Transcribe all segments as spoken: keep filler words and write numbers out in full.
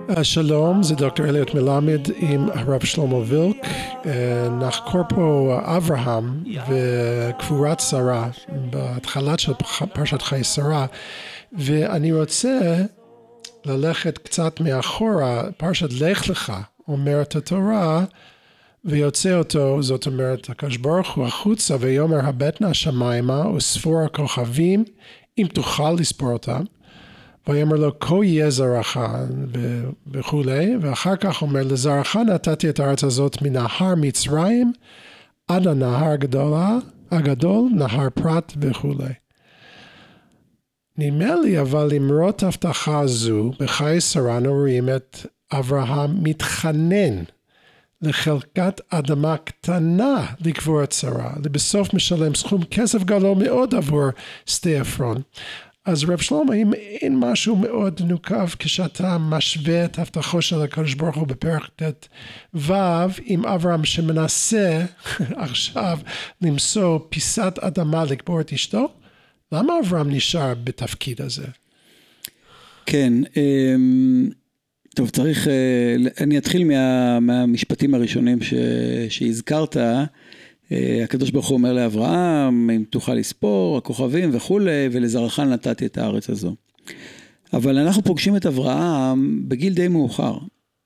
שלום, זה דוקטור אליוט מלמד עם הרב שלמה וילק. נחקור פה אברהם וקבורת שרה בהתחלה של פרשת חיי שרה, ואני רוצה ללכת קצת מאחורה. פרשת לך לך אומרת התורה ויוצא אותו, זאת אומרת הקדוש ברוך הוא החוצה ויאמר הבט נא השמיימה וספור הכוכבים אם תוכל לספור אותם, ויאמר לו כה יהיה זרעך וכולי, ואחר כך אומר לזרעך נתתי את הארץ הזאת מנהר מצרים עד הנהר הגדולה, הגדול, נהר פרת וכולי. נדמה לי אבל למרות הבטחה זו בחיי שרה רואים את אברהם מתחנן לחלקת אדמה קטנה לקבור את שרה, לבסוף משלם סכום כסף גדול מאוד עבור שדה עפרון. אז רב שלמה, אם אין משהו מאוד נוקב כשאתה משווה את הבטחו של הקדוש ברוך הוא בפרק ט' ו' עם אברהם שמנסה עכשיו למצוא פיסת אדמה לקבור את אשתו, למה אברהם נשאר בתפקיד הזה? כן, טוב, צריך, אני אתחיל מה, מהמשפטים הראשונים ש, שהזכרת. הקדוש ברוך הוא אומר לאברהם, אם תוכל לספור, הכוכבים וכולי, ולזרעך נתתי את הארץ הזו. אבל אנחנו פוגשים את אברהם בגיל די מאוחר,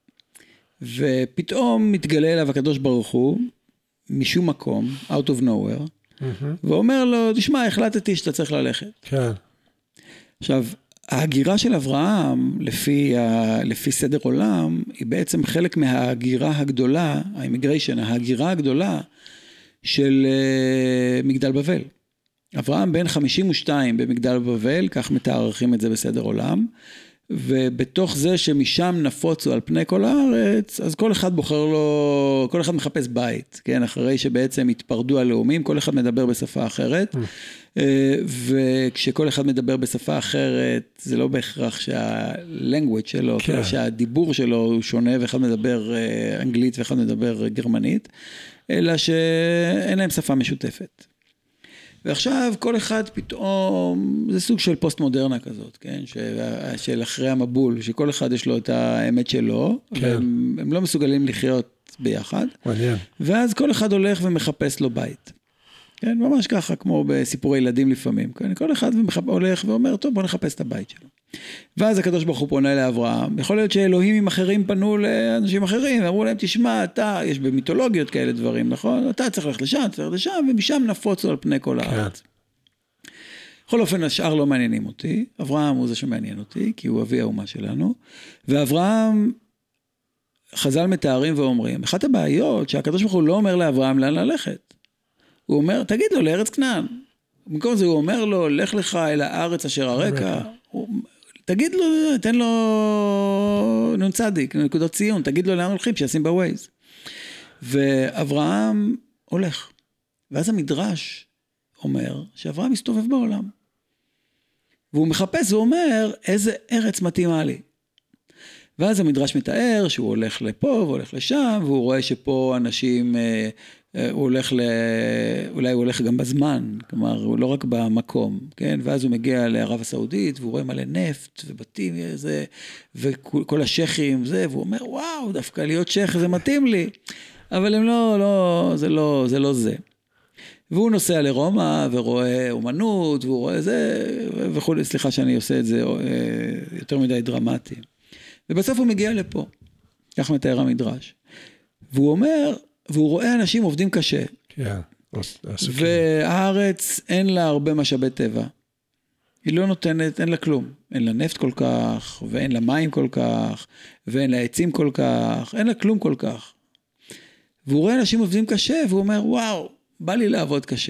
ופתאום מתגלה אליו הקדוש ברוך הוא, משום מקום, out of nowhere, mm-hmm. ואומר לו, תשמע, החלטתי שאתה צריך ללכת. כן. עכשיו, ההגירה של אברהם, לפי, ה, לפי סדר עולם, היא בעצם חלק מההגירה הגדולה, האימיגריישן, ההגירה הגדולה, של מגדל בבל. אברהם בן חמישים ושתיים במגדל בבל, כך מתארכים את זה בסדר עולם, ובתוך זה שמשם נפוצו על פני כל הארץ, אז כל אחד בוחר לו, כל אחד מחפש בית, כן? אחרי שבעצם התפרדו הלאומים, כל אחד מדבר בשפה אחרת, וכשכל אחד מדבר בשפה אחרת, זה לא בהכרח שה-language שלו, כן. שהדיבור שלו הוא שונה, ואחד מדבר אנגלית ואחד מדבר גרמנית, אלא שאין להם שפה משותפת. ועכשיו כל אחד פתאום, זה סוג של פוסט מודרנה כזאת, כן? של אחרי המבול, שכל אחד יש לו את האמת שלו, כן. והם הם לא מסוגלים לחיות ביחד, מעניין. ואז כל אחד הולך ומחפש לו בית. כן, ממש ככה, כמו בסיפורי ילדים לפעמים. כן? כל אחד הולך ואומר, טוב, בוא נחפש את הבית שלו. ואז הקדוש ברוך הוא פונה לאברהם. יכול להיות שאלוהים אחרים פנו לאנשים אחרים, ואמרו להם, תשמע, אתה, יש במיתולוגיות כאלה דברים, נכון? אתה צריך ללכת לשם, צריך ללכת לשם, ומשם נפוצו על פני כל הארץ. כן. בכל אופן, השאר לא מעניינים אותי. אברהם הוא זה שמעניין אותי, כי הוא אבי האומה שלנו. ואברהם, חז"ל מתארים ואומרים, אחת הבעיות שהקדוש ברוך הוא לא אומר לאברהם לאן ללכת. הוא אומר, תגיד לו, לארץ כנען. במקום זה הוא אומר לו, לך לך אל הארץ אשר הרקע. תגיד לו, תן לו נון צדיק, נקודות ציון, תגיד לו לאן הולכים, שישים בווייז. ואברהם הולך. ואז המדרש אומר שאברהם מסתובב בעולם. והוא מחפש ואומר, איזה ארץ מתאימה לי. ואז המדרש מתאר שהוא הולך לפה והולך לשם, והוא רואה שפה אנשים, הוא הולך ל... אולי הוא הולך גם בזמן, כלומר, הוא לא רק במקום, כן? ואז הוא מגיע לערב הסעודית, והוא רואה מלא נפט ובתים, זה, וכל השייכים, זה, והוא אומר, וואו, דווקא להיות שייך זה מתאים לי. אבל הם לא, לא, זה לא, זה לא זה. והוא נוסע לרומא ורואה אומנות, והוא רואה זה, וכו', סליחה שאני עושה את זה יותר מדי דרמטי. ובסוף הוא מגיע לפה, כך מתאר המדרש. והוא אומר, והוא רואה אנשים עובדים קשה. כן, והארץ אין לה הרבה משאבי טבע. היא לא נותנת, אין לה כלום. אין לה נפט כל כך, ואין לה מים כל כך, ואין לה עצים כל כך, אין לה כלום כל כך. והוא רואה אנשים עובדים קשה, והוא אומר, וואו, בא לי לעבוד קשה.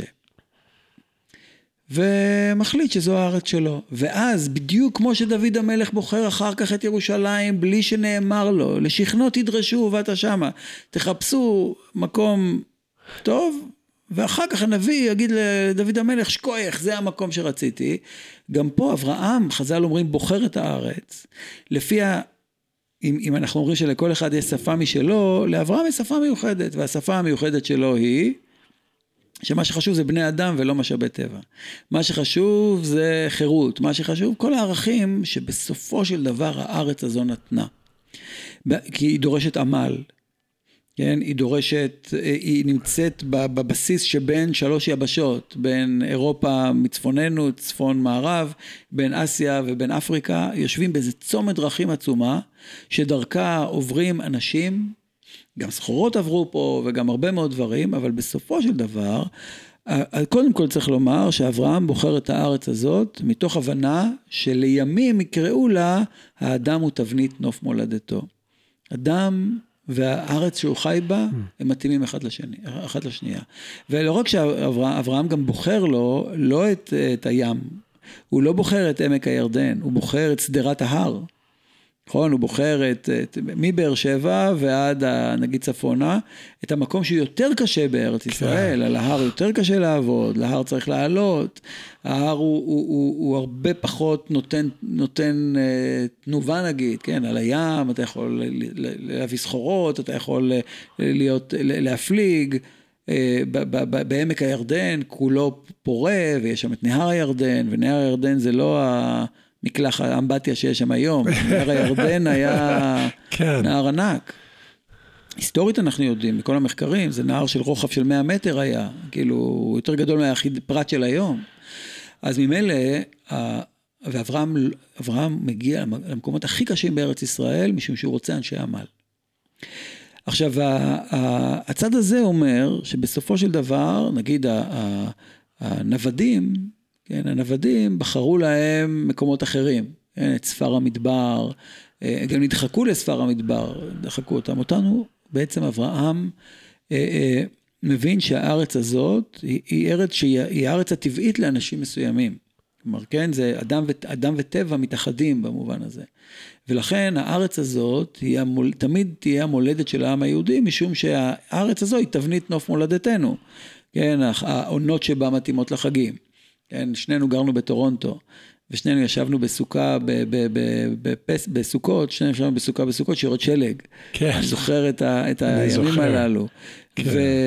ומחליט שזו הארץ שלו. ואז, בדיוק כמו שדוד המלך בוחר אחר כך את ירושלים, בלי שנאמר לו, לשכנות תדרשו ואתה שמה, תחפשו מקום טוב, ואחר כך הנביא יגיד לדוד המלך, שכוח, זה המקום שרציתי. גם פה אברהם, חז"ל אומרים, בוחר את הארץ. לפי ה... אם, אם אנחנו אומרים שלכל אחד יש שפה משלו, לאברהם יש שפה מיוחדת, והשפה המיוחדת שלו היא... שמה שחשוב זה בני אדם ולא משאבי טבע. מה שחשוב זה חירות, מה שחשוב כל הערכים שבסופו של דבר הארץ הזו נתנה. כי היא דורשת עמל, כן? היא דורשת, היא נמצאת בבסיס שבין שלוש יבשות, בין אירופה מצפוננו, צפון מערב, בין אסיה ובין אפריקה, יושבים באיזה צומת דרכים עצומה, שדרכה עוברים אנשים, גם סחורות עברו פה וגם הרבה מאוד דברים, אבל בסופו של דבר, קודם כל צריך לומר שאברהם בוחר את הארץ הזאת, מתוך הבנה שלימים יקראו לה, האדם הוא תבנית נוף מולדתו. אדם והארץ שהוא חי בה, הם מתאימים אחד לשני, אחד לשנייה. ולא רק שאברהם גם בוחר לו, לא את, את הים, הוא לא בוחר את עמק הירדן, הוא בוחר את סדרת ההר. נכון, הוא בוחר את, את, מבאר שבע ועד נגיד צפונה, את המקום שהוא יותר קשה בארץ ישראל, על ההר יותר קשה לעבוד, להר צריך לעלות, ההר הוא, הוא, הוא, הוא הרבה פחות נותן, נותן תנובה נגיד, כן, על הים, אתה יכול להביא סחורות, אתה יכול להיות, להפליג, בעמק הירדן כולו פורה, ויש שם את נהר הירדן, ונהר הירדן זה לא ה... מקלח האמבטיה שיש שם היום, נהר הירדן היה נהר ענק. היסטורית אנחנו יודעים, מכל המחקרים, זה נהר של רוחב של מאה מטר היה, כאילו יותר גדול מהיחיד פרט של היום. אז ממילא, ואברהם אברהם מגיע למקומות הכי קשים בארץ ישראל, משום שהוא רוצה אנשי עמל. עכשיו, הצד הזה אומר, שבסופו של דבר, נגיד, הנוודים, כן, הנוודים בחרו להם מקומות אחרים, כן, את ספר המדבר, גם נדחקו לספר המדבר, דחקו אותם. אותנו, בעצם אברהם אה, אה, מבין שהארץ הזאת היא, היא ארץ שהיא הארץ הטבעית לאנשים מסוימים. כלומר, כן, זה אדם, אדם וטבע מתאחדים במובן הזה. ולכן הארץ הזאת היא המול, תמיד תהיה המולדת של העם היהודי, משום שהארץ הזו היא תבנית נוף מולדתנו. כן, העונות שבה מתאימות לחגים. כן, שנינו גרנו בטורונטו, ושנינו ישבנו בסוכה, ב, ב, ב, בפס, בסוכות, שנינו ישבנו בסוכה בסוכות שיורד שלג. כן. אני זוכר את, ה, את הימים זוכר. הללו. כן.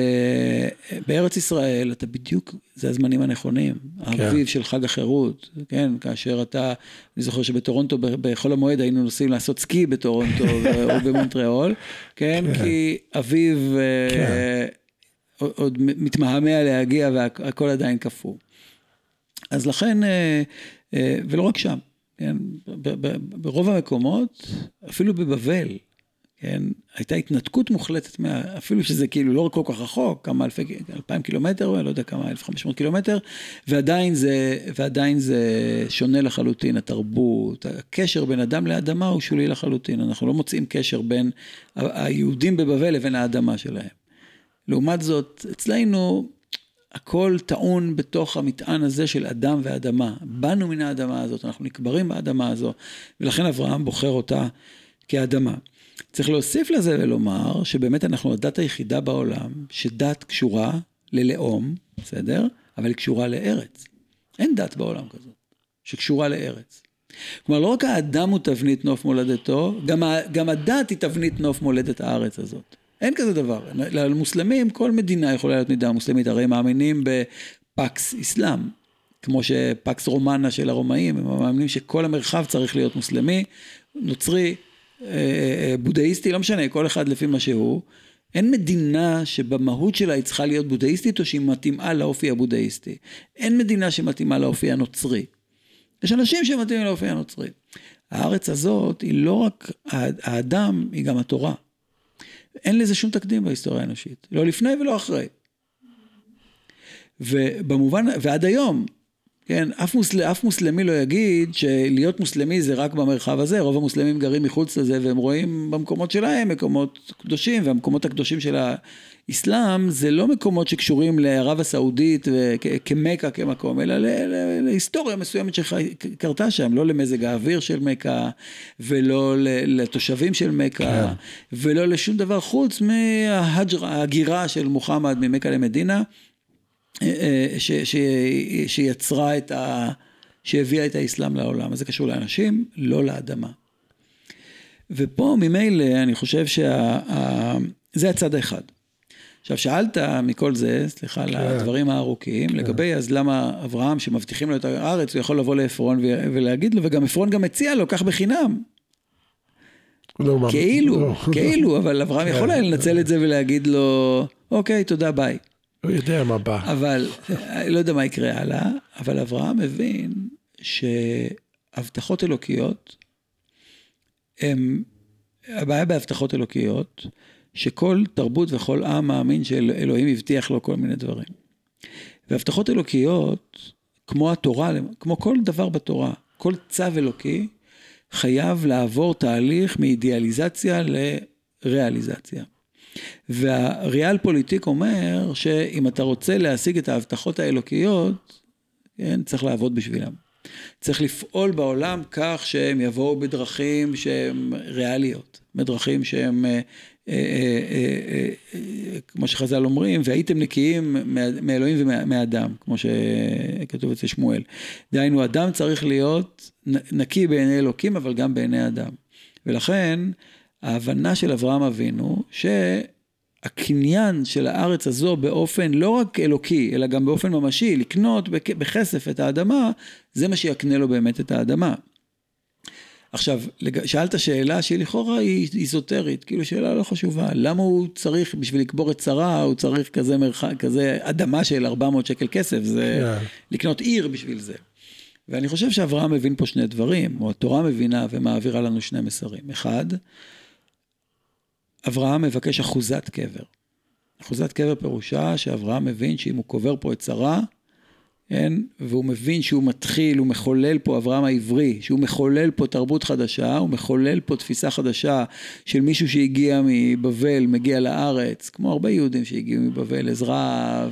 ובארץ ישראל, אתה בדיוק, זה הזמנים הנכונים. כן. האביב של חג החירות, כן, כאשר אתה, אני זוכר שבטורונטו, בכל המועד היינו נוסעים לעשות סקי בטורונטו, או במונטריאול, כן, כן. כי אביב כן. עוד מתמהמה להגיע, והכל עדיין קפוא. אז לכן, ולא רק שם, כן, ברוב המקומות, אפילו בבבל, כן, הייתה התנתקות מוחלטת, מה, אפילו שזה כאילו לא כל כך רחוק, כמה אלפי, אלפיים קילומטר, אני לא יודע כמה, אלף וחמש מאות קילומטר, ועדיין זה, ועדיין זה שונה לחלוטין, התרבות, הקשר בין אדם לאדמה הוא שולי לחלוטין, אנחנו לא מוצאים קשר בין היהודים בבבל לבין האדמה שלהם. לעומת זאת, אצלנו, הכל טעון בתוך המטען הזה של אדם ואדמה. באנו מן האדמה הזאת, אנחנו נקברים באדמה הזו, ולכן אברהם בוחר אותה כאדמה. צריך להוסיף לזה ולומר, שבאמת אנחנו הדת היחידה בעולם, שדת קשורה ללאום, בסדר? אבל היא קשורה לארץ. אין דת בעולם כזאת, שקשורה לארץ. כלומר, לא רק האדם הוא תבנית נוף מולדתו, גם, גם הדת היא תבנית נוף מולדת הארץ הזאת. אין כזה דבר. למוסלמים, כל מדינה יכולה להיות מדינה מוסלמית, הרי מאמינים בפקס אסלאם, כמו שפקס רומנה של הרומאים, הם מאמינים שכל המרחב צריך להיות מוסלמי, נוצרי, בודהיסטי, לא משנה, כל אחד לפי מה שהוא. אין מדינה שבמהות שלה היא צריכה להיות בודהיסטית, או שהיא מתאימה לאופי הבודהיסטי. אין מדינה שמתאימה לאופי הנוצרי. יש אנשים שמתאימים לאופי הנוצרי. הארץ הזאת היא לא רק האדם, היא גם התורה. אין לזה שום תקדים בהיסטוריה האנושית, לא לפני ולא אחרי. ובמובן, ועד היום, כן, אף, מוסל, אף מוסלמי לא יגיד שלהיות מוסלמי זה רק במרחב הזה, רוב המוסלמים גרים מחוץ לזה, והם רואים במקומות שלהם מקומות קדושים, והמקומות הקדושים של האסלאם, זה לא מקומות שקשורים לערב הסעודית כמקה כמקום, אלא להיסטוריה מסוימת שקרתה שם, לא למזג האוויר של מקה, ולא לתושבים של מקה, ולא לשום דבר חוץ מההגירה של מוחמד ממקה למדינה, ש, ש, שיצרה את ה, שהביאה את האסלאם לעולם. אז זה קשור לאנשים, לא לאדמה. ופה ממילא אני חושב שזה הצד האחד. עכשיו שאלת מכל זה, סליחה, כן. לדברים הארוכים, כן. לגבי אז למה אברהם שמבטיחים לו את הארץ, הוא יכול לבוא לאפרון ולהגיד לו, וגם אפרון גם מציע לו, כך בחינם. כאילו, כאילו, אבל אברהם יכול היה לנצל את זה ולהגיד לו, אוקיי, תודה, ביי. הוא יודע מה בא. אבל, לא יודע מה יקרה הלאה, אבל אברהם מבין שהבטחות אלוקיות, הם, הבעיה בהבטחות אלוקיות, שכל תרבות וכל עם מאמין שאלוהים הבטיח לו כל מיני דברים. והבטחות אלוקיות, כמו התורה, כמו כל דבר בתורה, כל צו אלוקי, חייב לעבור תהליך מאידיאליזציה לריאליזציה. והריאל פוליטיק אומר שאם אתה רוצה להשיג את ההבטחות האלוקיות, כן, צריך לעבוד בשבילם. צריך לפעול בעולם כך שהם יבואו בדרכים שהן ריאליות, בדרכים שהן, אה, אה, אה, אה, כמו שחז"ל אומרים, והייתם נקיים מאלוהים ומאדם, כמו שכתוב אצל שמואל. דהיינו, אדם צריך להיות נקי בעיני אלוקים, אבל גם בעיני אדם. ולכן, ההבנה של אברהם אבינו, שהקניין של הארץ הזו באופן לא רק אלוקי, אלא גם באופן ממשי, לקנות בכסף את האדמה, זה מה שיקנה לו באמת את האדמה. עכשיו, שאלת שאלה שהיא לכאורה היא איזוטרית, כאילו שאלה לא חשובה, למה הוא צריך, בשביל לקבור את שרה, הוא צריך כזה, מרחק, כזה אדמה של ארבע מאות שקל כסף, זה yeah. לקנות עיר בשביל זה. ואני חושב שאברהם מבין פה שני דברים, או התורה מבינה ומעבירה לנו שני מסרים. אחד, אברהם מבקש אחוזת קבר. אחוזת קבר פירושה שאברהם מבין שאם הוא קובר פה את שרה, כן? והוא מבין שהוא מתחיל, הוא מחולל פה, אברהם העברי, שהוא מחולל פה תרבות חדשה, הוא מחולל פה תפיסה חדשה של מישהו שהגיע מבבל, מגיע לארץ, כמו הרבה יהודים שהגיעו מבבל, עזרא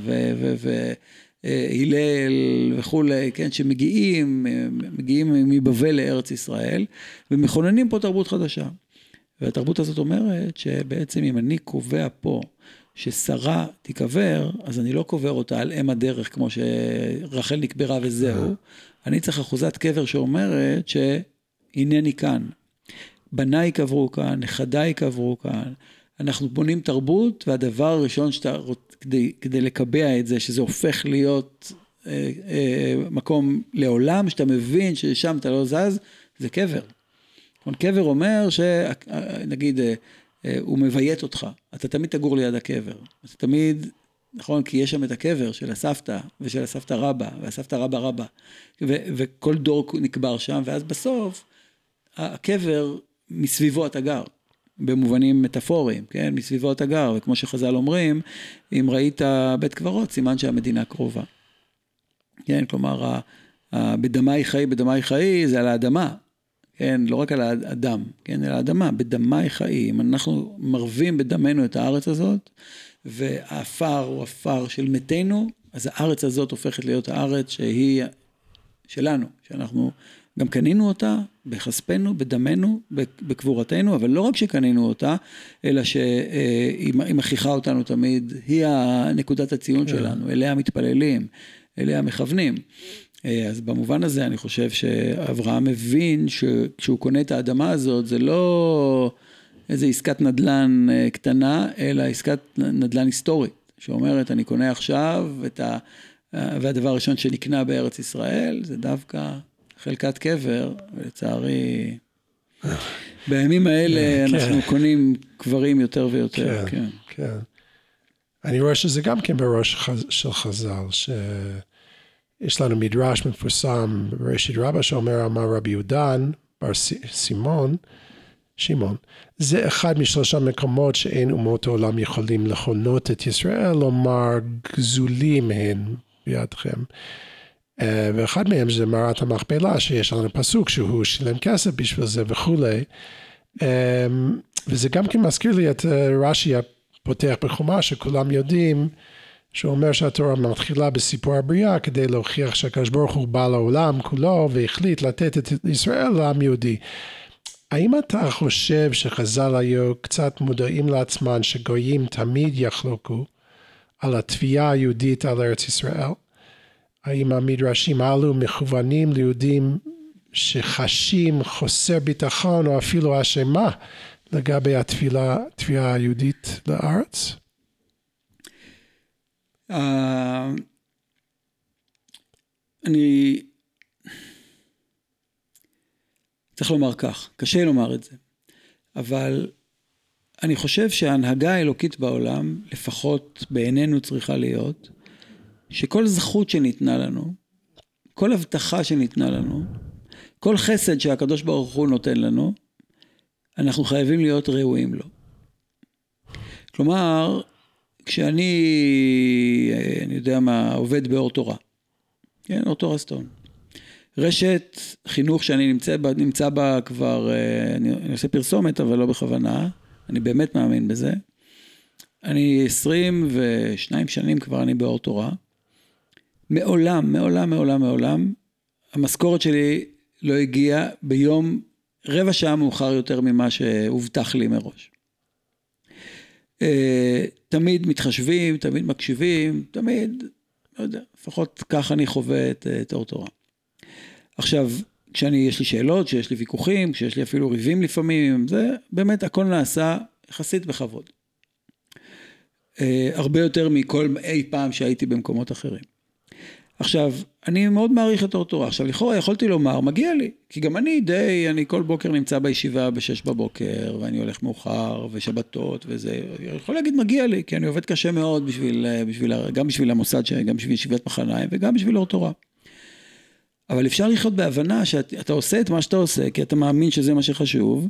והילל וכולי, כן? שמגיעים, מגיעים מבבל לארץ ישראל, ומכוננים פה תרבות חדשה. והתרבות הזאת אומרת שבעצם אם אני קובע פה, ששרה תיקבר, אז אני לא קובר אותה על אם הדרך, כמו שרחל נקברה וזהו. אני צריך אחוזת קבר שאומרת שהנני כאן. בניי יקברו כאן, נכדיי יקברו כאן. אנחנו בונים תרבות, והדבר הראשון שאתה, כדי, כדי לקבע את זה, שזה הופך להיות אה, אה, מקום לעולם, שאתה מבין ששם אתה לא זז, זה קבר. קבר אומר שנגיד, הוא מבית אותך, אתה תמיד תגור ליד הקבר, אתה תמיד, נכון, כי יש שם את הקבר של הסבתא ושל הסבתא רבא, והסבתא רבא רבא, ו- וכל דור נקבר שם, ואז בסוף הקבר מסביבו אתה גר, במובנים מטאפוריים, כן, מסביבו אתה גר, וכמו שחז"ל אומרים, אם ראית בית קברות, סימן שהמדינה קרובה. כן, כלומר, בדמי חיי, בדמי חיי, זה על האדמה, כן, לא רק על האדם, כן, על האדמה, בדמי חיים, אנחנו מרבים בדמנו את הארץ הזאת, והאפר הוא אפר של מתנו, אז הארץ הזאת הופכת להיות הארץ שהיא שלנו, שאנחנו גם קנינו אותה בכספנו, בדמנו, בקבורתנו, אבל לא רק שקנינו אותה, אלא שהיא מכריחה אותנו תמיד, היא הנקודת הציון שלנו, אליה מתפללים, אליה מכוונים. אז במובן הזה אני חושב שאברהם מבין שכשהוא קונה את האדמה הזאת, זה לא איזו עסקת נדל"ן קטנה, אלא עסקת נדל"ן היסטורית, שאומרת אני קונה עכשיו, את ה... והדבר הראשון שנקנה בארץ ישראל, זה דווקא חלקת קבר, ולצערי, בימים האלה אנחנו קונים קברים יותר ויותר. כן, כן. אני רואה שזה גם כן בראש של חז"ל, ש... יש לנו מדרש מפורסם בראשית רבה שאומר, אמר רבי יהודן בר סימון, שמעון, זה אחד משלושה מקומות שאין אומות העולם יכולים לכנות את ישראל, לומר גזולים הן בידכם. ואחד מהם זה מערת המכפלה, שיש לנו פסוק שהוא שילם כסף בשביל זה וכולי. וזה גם כן מזכיר לי את רש"י הפותח בחומש, שכולם יודעים, שהוא אומר שהתורה מתחילה בסיפור הבריאה, כדי להוכיח שהקדוש ברוך הוא בא לעולם כולו, והחליט לתת את ישראל לעם יהודי. האם אתה חושב שחז"ל היו קצת מודעים לעצמם, שגויים תמיד יחלוקו על התביעה היהודית על ארץ ישראל? האם המדרשים האלו מכוונים ליהודים שחשים חוסר ביטחון, או אפילו אשמה, לגבי התביעה היהודית לארץ? אני צריך לומר כך, קשה לומר את זה, אבל אני חושב שההנהגה האלוקית בעולם, לפחות בעינינו צריכה להיות, שכל זכות שניתנה לנו, כל הבטחה שניתנה לנו, כל חסד שהקדוש ברוך הוא נותן לנו, אנחנו חייבים להיות ראויים לו. כלומר, כשאני, אני יודע מה, עובד באור תורה, כן, אור תורה סטון, רשת חינוך שאני נמצא בה, נמצא בה כבר, אני, אני עושה פרסומת, אבל לא בכוונה, אני באמת מאמין בזה. אני עשרים ושתיים שנים כבר אני באור תורה. מעולם, מעולם, מעולם, מעולם, המשכורת שלי לא הגיעה ביום רבע שעה מאוחר יותר ממה שהובטח לי מראש. תמיד מתחשבים, תמיד מקשיבים, תמיד, לא יודע, לפחות כך אני חווה את, את אור תורה. עכשיו, כשאני, יש לי שאלות, שיש לי ויכוחים, כשיש לי אפילו ריבים לפעמים, זה באמת הכל נעשה יחסית בכבוד. הרבה יותר מכל אי פעם שהייתי במקומות אחרים. עכשיו, אני מאוד מעריך את אור תורה. עכשיו, לכאורה יכולתי לומר, מגיע לי, כי גם אני די, אני כל בוקר נמצא בישיבה בשש בבוקר, ואני הולך מאוחר, ושבתות, וזה, אני יכול להגיד מגיע לי, כי אני עובד קשה מאוד בשביל, בשביל, גם בשביל המוסד, גם בשביל ישיבת מחניים, וגם בשביל אור תורה. אבל אפשר לחיות בהבנה שאתה עושה את מה שאתה עושה, כי אתה מאמין שזה מה שחשוב,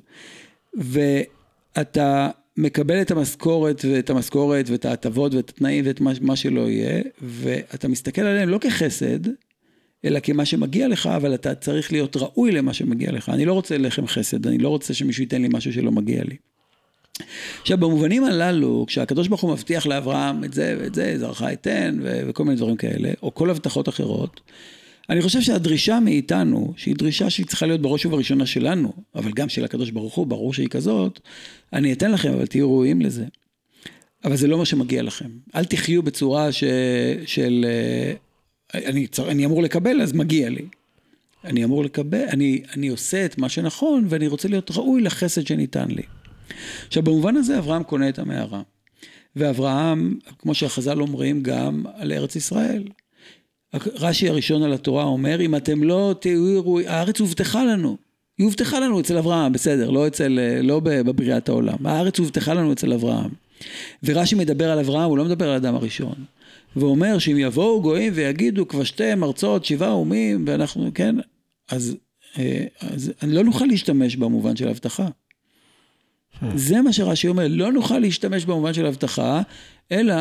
ואתה מקבל את המשכורת ואת המשכורת ואת ההטבות ואת התנאים ואת מה, מה שלא יהיה, ואתה מסתכל עליהם לא כחסד, אלא כמה שמגיע לך, אבל אתה צריך להיות ראוי למה שמגיע לך. אני לא רוצה לחם חסד, אני לא רוצה שמישהו ייתן לי משהו שלא מגיע לי. עכשיו, במובנים הללו, כשהקדוש ברוך הוא מבטיח לאברהם את זה ואת זה, זרעך אתן ו- וכל מיני דברים כאלה, או כל הבטחות אחרות, אני חושב שהדרישה מאיתנו, שהיא דרישה שהיא צריכה להיות בראש ובראשונה שלנו, אבל גם של הקדוש ברוך הוא, ברור שהיא כזאת, אני אתן לכם, אבל תהיו ראויים לזה. אבל זה לא מה שמגיע לכם. אל תחיו בצורה ש, של, אני, אני אמור לקבל, אז מגיע לי. אני אמור לקבל, אני, אני עושה את מה שנכון, ואני רוצה להיות ראוי לחסד שניתן לי. עכשיו, במובן הזה, אברהם קונה את המערה. ואברהם, כמו שהחז"ל אומרים, גם על ארץ ישראל. רש"י הראשון על התורה אומר, אם אתם לא תהיו, הארץ הובטחה לנו. היא הובטחה לנו אצל אברהם, בסדר, לא אצל, לא בבריאת העולם. הארץ הובטחה לנו אצל אברהם. ורש"י מדבר על אברהם, הוא לא מדבר על האדם הראשון. ואומר שאם יבואו גויים ויגידו, כבשתם ארצות, שבעה אומים, ואנחנו, כן, אז, אז אני לא נוכל להשתמש במובן של הבטחה. זה מה שרש"י אומר, לא נוכל להשתמש במובן של הבטחה, אלא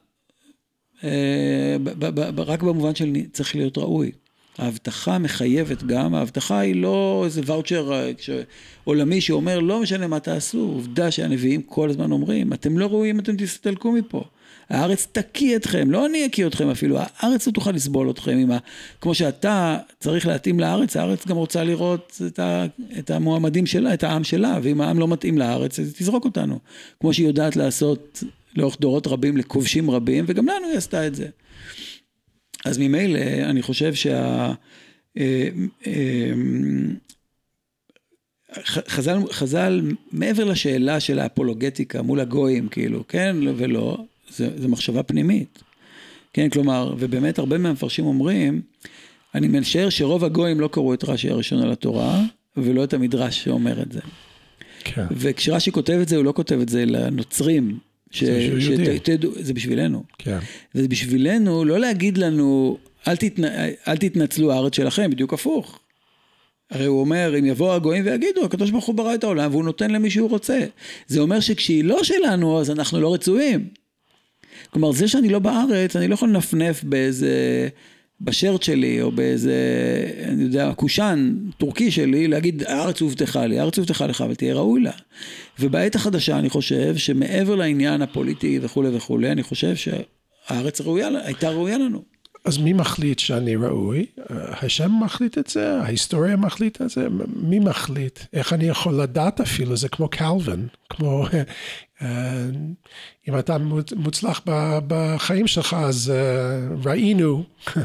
רק במובן של צריך להיות ראוי. ההבטחה מחייבת גם, ההבטחה היא לא איזה ואוצ'ר עולמי שאומר, לא משנה מה תעשו, עובדה שהנביאים כל הזמן אומרים, אתם לא ראויים, אתם תסתלקו מפה. הארץ תקיא אתכם, לא אני אקיא אתכם אפילו, הארץ לא תוכל לסבול אתכם, ה... כמו שאתה צריך להתאים לארץ, הארץ גם רוצה לראות את, ה... את המועמדים שלה, את העם שלה, ואם העם לא מתאים לארץ, אז תזרוק אותנו. כמו שהיא יודעת לעשות לאורך דורות רבים, לכובשים רבים, וגם לנו היא עשתה את זה. אז ממילא אני חושב שה... חז"ל, חז"ל, מעבר לשאלה של האפולוגטיקה מול הגויים, כאילו, כן ולא, זה, זה מחשבה פנימית. כן, כלומר, ובאמת הרבה מהמפרשים אומרים, אני משער שרוב הגויים לא קראו את רש"י הראשון על התורה, ולא את המדרש שאומר את זה. כן. וכשרש"י כותב את זה, הוא לא כותב את זה לנוצרים, ש... שתדעו, זה בשבילנו. כן. וזה בשבילנו לא להגיד לנו, אל, תתנ... אל תתנצלו הארץ שלכם, בדיוק הפוך. הרי הוא אומר, אם יבוא הגויים ויגידו, הקדוש ברוך הוא ברא את העולם, והוא נותן למי שהוא רוצה. זה אומר שכשהיא לא שלנו, אז אנחנו לא רצויים. כלומר, זה שאני לא בארץ, אני לא יכול לנפנף באיזה, בשרט שלי, או באיזה, אני יודע, קושן טורקי שלי, להגיד, הארץ הובטחה לי, הארץ הובטחה לך, אבל תהיה ראוי לה. ובעת החדשה, אני חושב, שמעבר לעניין הפוליטי וכו' וכו', אני חושב שהארץ ראויה, הייתה ראויה לנו. אז מי מחליט שאני ראוי? השם מחליט את זה? ההיסטוריה מחליט את זה? מי מחליט? איך אני יכול לדעת אפילו? זה כמו קלווין, כמו אם אתה מוצלח בחיים שלך, אז ראינו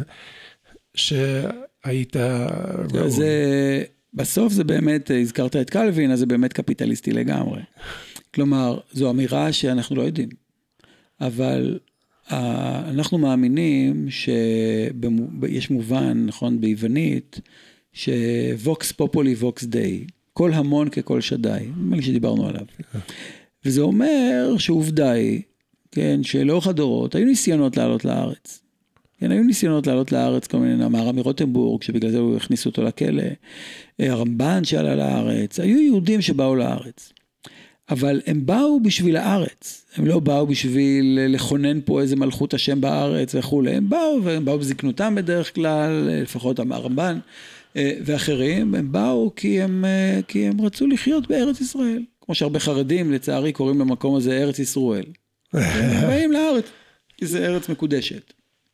שהיית ראוי. זה, בסוף זה באמת, הזכרת את קלווין, אז זה באמת קפיטליסטי לגמרי. כלומר, זו אמירה שאנחנו לא יודעים. אבל אנחנו מאמינים שיש מובן, נכון, ביוונית, שווקס פופולי ווקס דיי, כל המון ככל שדי, נדמה לי שדיברנו עליו. וזה אומר שעובדה היא, כן, שלאורך הדורות היו ניסיונות לעלות לארץ. כן, היו ניסיונות לעלות לארץ, כל מיני, אמר רמי רוטנבורג, שבגלל זה הוא הכניס אותו לכלא, הרמב"ן שעלה לארץ, היו יהודים שבאו לארץ. אבל הם באו בשביל הארץ, הם לא באו בשביל לכונן פה איזה מלכות השם בארץ וכו', הם באו, והם באו בזקנותם בדרך כלל, לפחות הרמב"ן ואחרים, הם באו כי הם, כי הם רצו לחיות בארץ ישראל, כמו שהרבה חרדים לצערי קוראים למקום הזה ארץ ישראל, הם באים לארץ, כי זה ארץ מקודשת.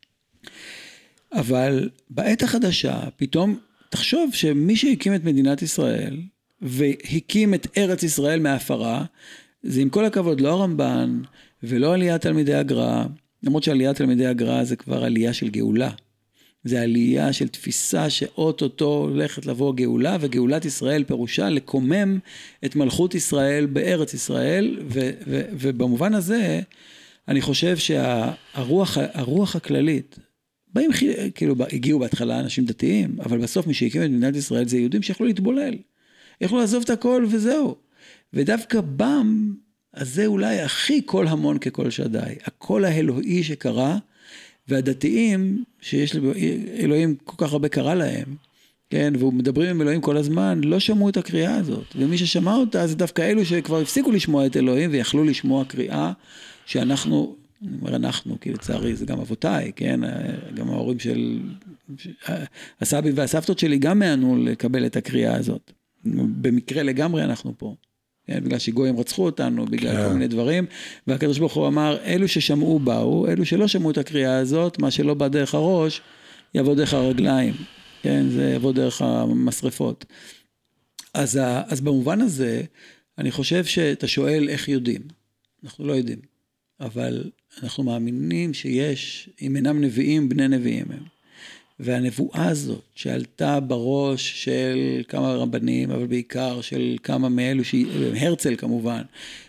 אבל בעת החדשה, פתאום תחשוב שמי שהקים את מדינת ישראל, והקים את ארץ ישראל מהפרה, זה עם כל הכבוד לא הרמב"ן, ולא עליית תלמידי הגר"א, למרות שעליית תלמידי הגר"א זה כבר עלייה של גאולה, זה עלייה של תפיסה שאוטוטו הולכת לבוא גאולה, וגאולת ישראל פירושה לקומם את מלכות ישראל בארץ ישראל, ו- ו- ובמובן הזה, אני חושב שהרוח הרוח הכללית, באים, כאילו, הגיעו בהתחלה אנשים דתיים, אבל בסוף מי שהקים את מדינת ישראל זה יהודים שיכולו להתבולל, יכלו לעזוב את הכל וזהו. ודווקא בם, אז זה אולי הכי כל המון ככל שדי. הכל האלוהי שקרה, והדתיים, שיש אלוהים כל כך הרבה קרה להם, כן, והוא מדברים עם אלוהים כל הזמן, לא שמעו את הקריאה הזאת. ומי ששמע אותה, זה דווקא אלו שכבר הפסיקו לשמוע את אלוהים, ויכלו לשמוע קריאה שאנחנו, אני אומר אנחנו, כי לצערי זה גם אבותיי, כן, גם ההורים של, הסבי והסבתות שלי גם מענו לקבל את הקריאה הזאת. במקרה לגמרי אנחנו פה, כן? בגלל שגויים רצחו אותנו, בגלל כן. כל מיני דברים, והקדוש ברוך הוא אמר, אלו ששמעו באו, אלו שלא שמעו את הקריאה הזאת, מה שלא בא דרך הראש, יבוא דרך הרגליים, כן? זה יבוא דרך המשרפות. אז, אז במובן הזה, אני חושב שאתה שואל איך יודעים, אנחנו לא יודעים, אבל אנחנו מאמינים שיש, אם אינם נביאים, בני נביאים הם. והנבואה הזאת שעלתה בראש של כמה רבנים, אבל בעיקר של כמה מאלו, הרצל כמובן,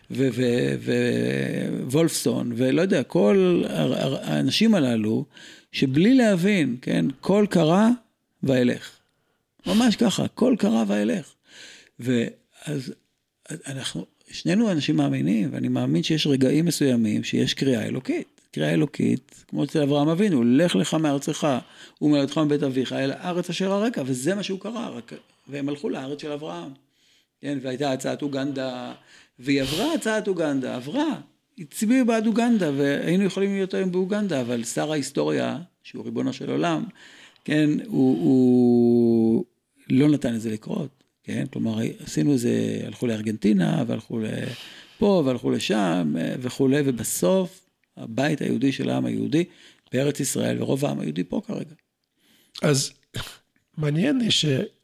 ווולפסון, ולא יודע, כל האנשים הללו, שבלי להבין, כן, כל קרה ואילך. ממש ככה, כל קרה ואילך. ואז אנחנו, שנינו אנשים מאמינים, ואני מאמין שיש רגעים מסוימים, שיש קריאה אלוקית. קריאה אלוקית, כמו אצל אברהם אבינו, לך לך מארצך, ומולדתך מבית אביך, אל הארץ אשר הרקע, וזה מה שהוא קרא, רק, והם הלכו לארץ של אברהם, כן, והייתה הצעת אוגנדה, והיא עברה הצעת אוגנדה, עברה, הצביעו בעד אוגנדה, והיינו יכולים להיות היום באוגנדה, אבל שר ההיסטוריה, שהוא ריבונו של עולם, כן, הוא, הוא לא נתן את זה לקרות, כן, כלומר, עשינו זה, הלכו לארגנטינה, והלכו לפה, והלכו לשם, וכו', ובסוף, הבית היהודי של העם היהודי בארץ ישראל, ורוב העם היהודי פה כרגע. אז מעניין לי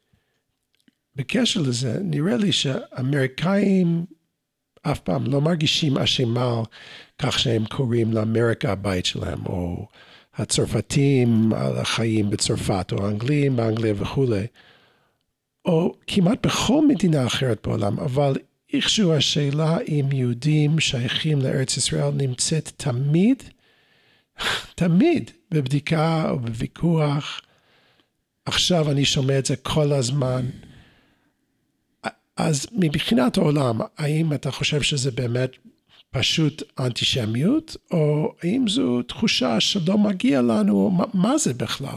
שבקשר לזה, נראה לי שהאמריקאים אף פעם לא מרגישים אשמה כך שהם קוראים לאמריקה הבית שלהם, או הצרפתים על החיים בצרפת, או האנגלים באנגליה וכו', או כמעט בכל מדינה אחרת בעולם, אבל איכשהו השאלה אם יהודים שייכים לארץ ישראל נמצאת תמיד, תמיד בבדיקה או בוויכוח. עכשיו אני שומע את זה כל הזמן. אז מבחינת העולם, האם אתה חושב שזה באמת פשוט אנטישמיות, או האם זו תחושה שלא מגיע לנו, מה, מה זה בכלל?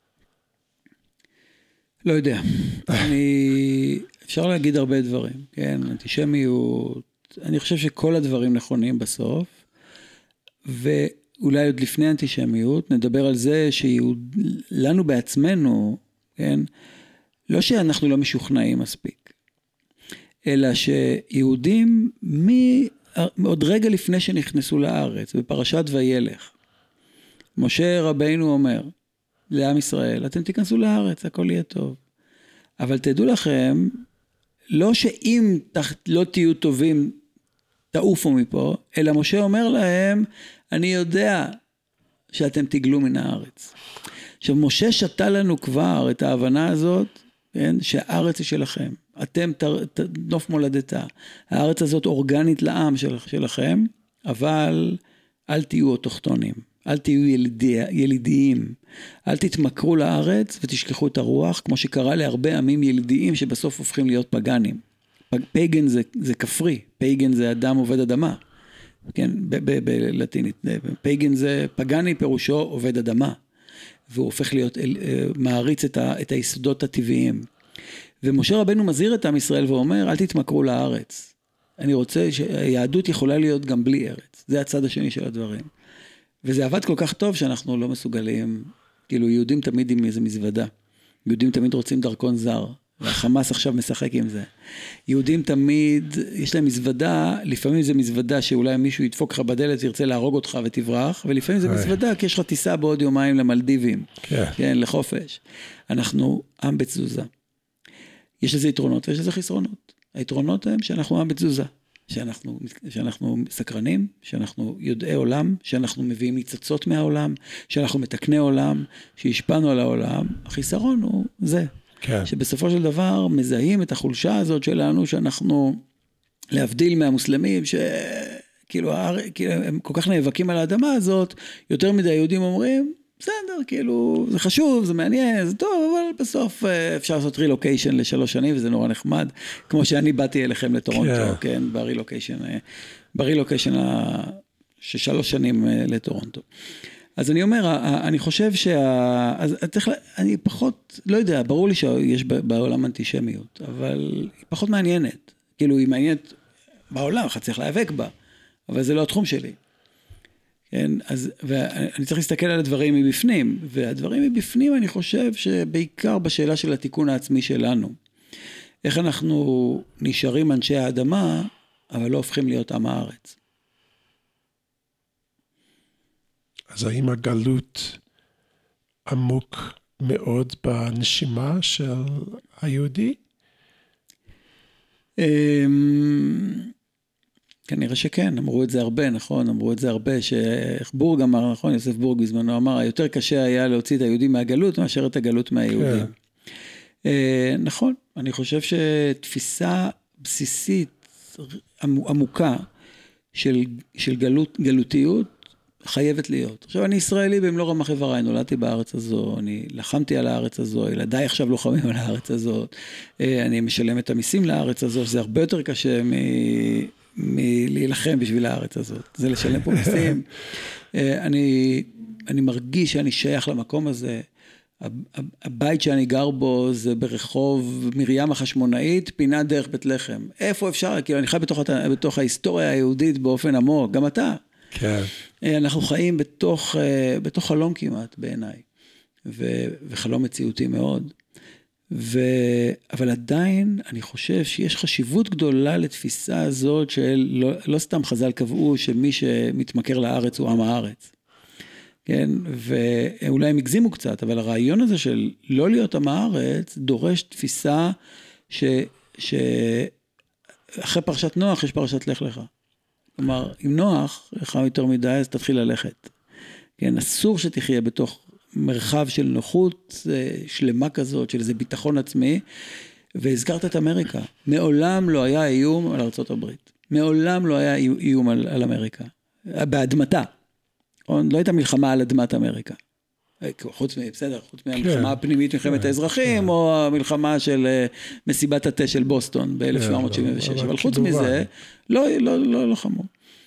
לא יודע. אני... אפשר להגיד הרבה דברים, כן, אנטישמיות, אני חושב שכל הדברים נכונים בסוף, ואולי עוד לפני אנטישמיות, נדבר על זה שלנו בעצמנו, כן, לא שאנחנו לא משוכנעים מספיק, אלא שיהודים מי, עוד רגע לפני שנכנסו לארץ, בפרשת וילך, משה רבינו אומר לעם ישראל, אתם תיכנסו לארץ, הכל יהיה טוב, אבל תדעו לכם, לא שאם לא תהיו טובים, תעופו מפה, אלא משה אומר להם, אני יודע שאתם תגלו מן הארץ. עכשיו, משה שתה לנו כבר את ההבנה הזאת, כן, שהארץ היא שלכם. אתם נוף מולדתה. הארץ הזאת אורגנית לעם של, שלכם, אבל אל תהיו אוטוכטונים. אל תהיו ילידי, ילידיים, אל תתמכרו לארץ ותשכחו את הרוח, כמו שקרה להרבה עמים ילידיים שבסוף הופכים להיות פגנים. פייגן זה, זה כפרי, פייגן זה אדם עובד אדמה, כן, בלטינית, פייגן זה פגני פירושו עובד אדמה, והוא הופך להיות, מעריץ את, ה, את היסודות הטבעיים. ומשה רבנו מזהיר את עם ישראל ואומר, אל תתמכרו לארץ. אני רוצה שהיהדות יכולה להיות גם בלי ארץ. זה הצד השני של הדברים. וזה עבד כל כך טוב שאנחנו לא מסוגלים, כאילו יהודים תמיד עם איזה מזוודה. יהודים תמיד רוצים דרכון זר. והחמאס עכשיו משחק עם זה. יהודים תמיד, יש להם מזוודה, לפעמים זה מזוודה שאולי מישהו ידפוק לך בדלת, ירצה להרוג אותך ותברח, ולפעמים זה מזוודה כי יש לך טיסה בעוד יומיים למלדיבים. כן, לחופש. אנחנו עם בתזוזה. יש לזה יתרונות ויש לזה חסרונות. היתרונות הם שאנחנו עם בתזוזה. שאנחנו, שאנחנו סקרנים, שאנחנו יודעי עולם, שאנחנו מביאים ניצצות מהעולם, שאנחנו מתקני עולם, שהשפענו על העולם. החיסרון הוא זה. כן. שבסופו של דבר מזהים את החולשה הזאת שלנו, שאנחנו להבדיל מהמוסלמים, שכאילו הם כל כך נאבקים על האדמה הזאת, יותר מדי יהודים אומרים, בסדר, כאילו, זה חשוב, זה מעניין, זה טוב, אבל בסוף אפשר לעשות רילוקיישן לשלוש שנים, וזה נורא נחמד, כמו שאני באתי אליכם לטורונטו, כן, כן ברילוקיישן, ברילוקיישן ששלוש שנים לטורונטו. אז אני אומר, אני חושב שה... אז צריך, אני פחות, לא יודע, ברור לי שיש בעולם אנטישמיות, אבל היא פחות מעניינת. כאילו, היא מעניינת בעולם, אתה צריך להיאבק בה, אבל זה לא התחום שלי. כן, אז, ואני צריך להסתכל על הדברים מבפנים, והדברים מבפנים אני חושב שבעיקר בשאלה של התיקון העצמי שלנו. איך אנחנו נשארים אנשי האדמה, אבל לא הופכים להיות עם הארץ. אז האם הגלות עמוק מאוד בנשימה של היהודי? כנראה שכן, אמרו את זה הרבה, נכון? אמרו את זה הרבה, שבורג אמר, נכון? יוסף בורג בזמנו אמר, יותר קשה היה להוציא את היהודים מהגלות, מאשר את הגלות מהיהודים. נכון, אני חושב שתפיסה בסיסית עמוקה של, של גלות, גלותיות, חייבת להיות. עכשיו, אני ישראלי במלוא רמ"ח איבריי, נולדתי בארץ הזו, אני לחמתי על הארץ הזו, ילדיי עכשיו לוחמים על הארץ הזאת, אני משלם את המיסים לארץ הזו, שזה הרבה יותר קשה מ... מלהילחם בשביל הארץ הזאת. זה לשלם פה מיסים. אני, אני מרגיש שאני שייך למקום הזה. הבית שאני גר בו זה ברחוב מרים החשמונאית, פינת דרך בית לחם. איפה אפשר? כאילו, אני חי בתוך, בתוך ההיסטוריה היהודית באופן עמוק, גם אתה. כן. אנחנו חיים בתוך, בתוך חלום כמעט בעיניי, ו, וחלום מציאותי מאוד. ו... אבל עדיין אני חושב שיש חשיבות גדולה לתפיסה הזאת של לא, לא סתם חז"ל קבעו שמי שמתמכר לארץ הוא עם הארץ. כן, ואולי הם הגזימו קצת, אבל הרעיון הזה של לא להיות עם הארץ דורש תפיסה ש... ש... אחרי פרשת נוח יש פרשת לך לך. כלומר, אם נוח לך יותר מדי אז תתחיל ללכת. כן, אסור שתחיה בתוך מרחב של נוחות שלמה כזאת, של איזה ביטחון עצמי, והזכרת את אמריקה. מעולם לא היה איום על ארצות הברית. מעולם לא היה איום על, על אמריקה. באדמתה. לא הייתה מלחמה על אדמת אמריקה. חוץ מ, בסדר, חוץ מהמלחמה הפנימית מלחמת האזרחים, או המלחמה של מסיבת התה של בוסטון ב-אלף שבע מאות שבעים ושש. אבל חוץ מזה, לא, לא, לא, לא חמו.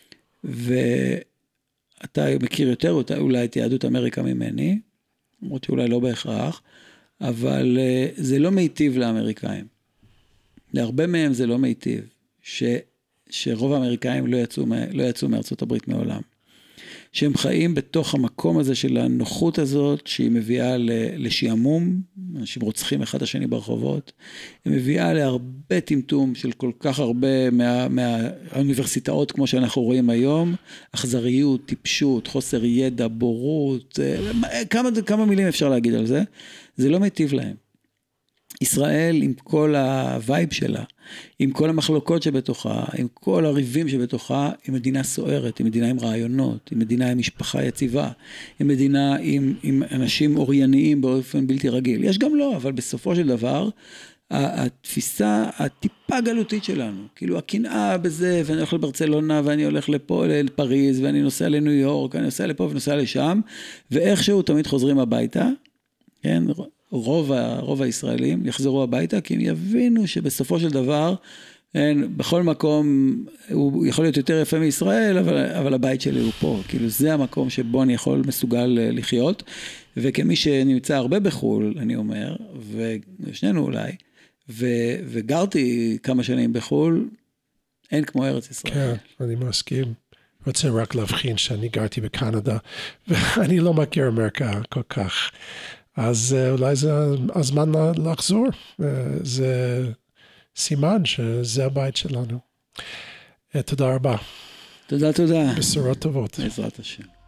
ואתה מכיר יותר, אולי את יהדות אמריקה ממני, למרות שאולי לא בהכרח, אבל זה לא מיטיב לאמריקאים. להרבה מהם זה לא מיטיב, ש, שרוב האמריקאים לא יצאו, לא יצאו מארצות הברית מעולם. שהם חיים בתוך המקום הזה של הנוחות הזאת, שהיא מביאה לשעמום, אנשים רוצחים אחד השני ברחובות, היא מביאה להרבה טמטום של כל כך הרבה מה, מהאוניברסיטאות, כמו שאנחנו רואים היום, אכזריות, טיפשות, חוסר ידע, בורות, כמה, כמה מילים אפשר להגיד על זה, זה לא מיטיב להם. ישראל עם כל הווייב שלה, עם כל המחלוקות שבתוכה, עם כל הריבים שבתוכה, היא מדינה סוערת, היא מדינה עם רעיונות, היא מדינה עם משפחה יציבה, היא מדינה עם, עם אנשים אורייניים באופן בלתי רגיל. יש גם לא, אבל בסופו של דבר, התפיסה הטיפה גלותית שלנו, כאילו הקנאה בזה, ואני הולך לברצלונה, ואני הולך לפה, לפריז, ואני נוסע לניו יורק, אני נוסע לפה ונוסע לשם, ואיכשהו תמיד חוזרים הביתה, כן, רוב, רוב הישראלים יחזרו הביתה, כי הם יבינו שבסופו של דבר, אין, בכל מקום, הוא יכול להיות יותר יפה מישראל, אבל, אבל הבית שלי הוא פה, כאילו זה המקום שבו אני יכול מסוגל לחיות, וכמי שנמצא הרבה בחול, אני אומר, ושנינו אולי, ו, וגרתי כמה שנים בחול, אין כמו ארץ ישראל. כן, אני מסכים. רוצה רק להבחין שאני גרתי בקנדה, ואני לא מכיר אמריקה כל כך, אז אולי זה הזמן לחזור, זה סימן שזה הבית שלנו. תודה רבה. תודה, תודה. בשורות טובות. בעזרת השם.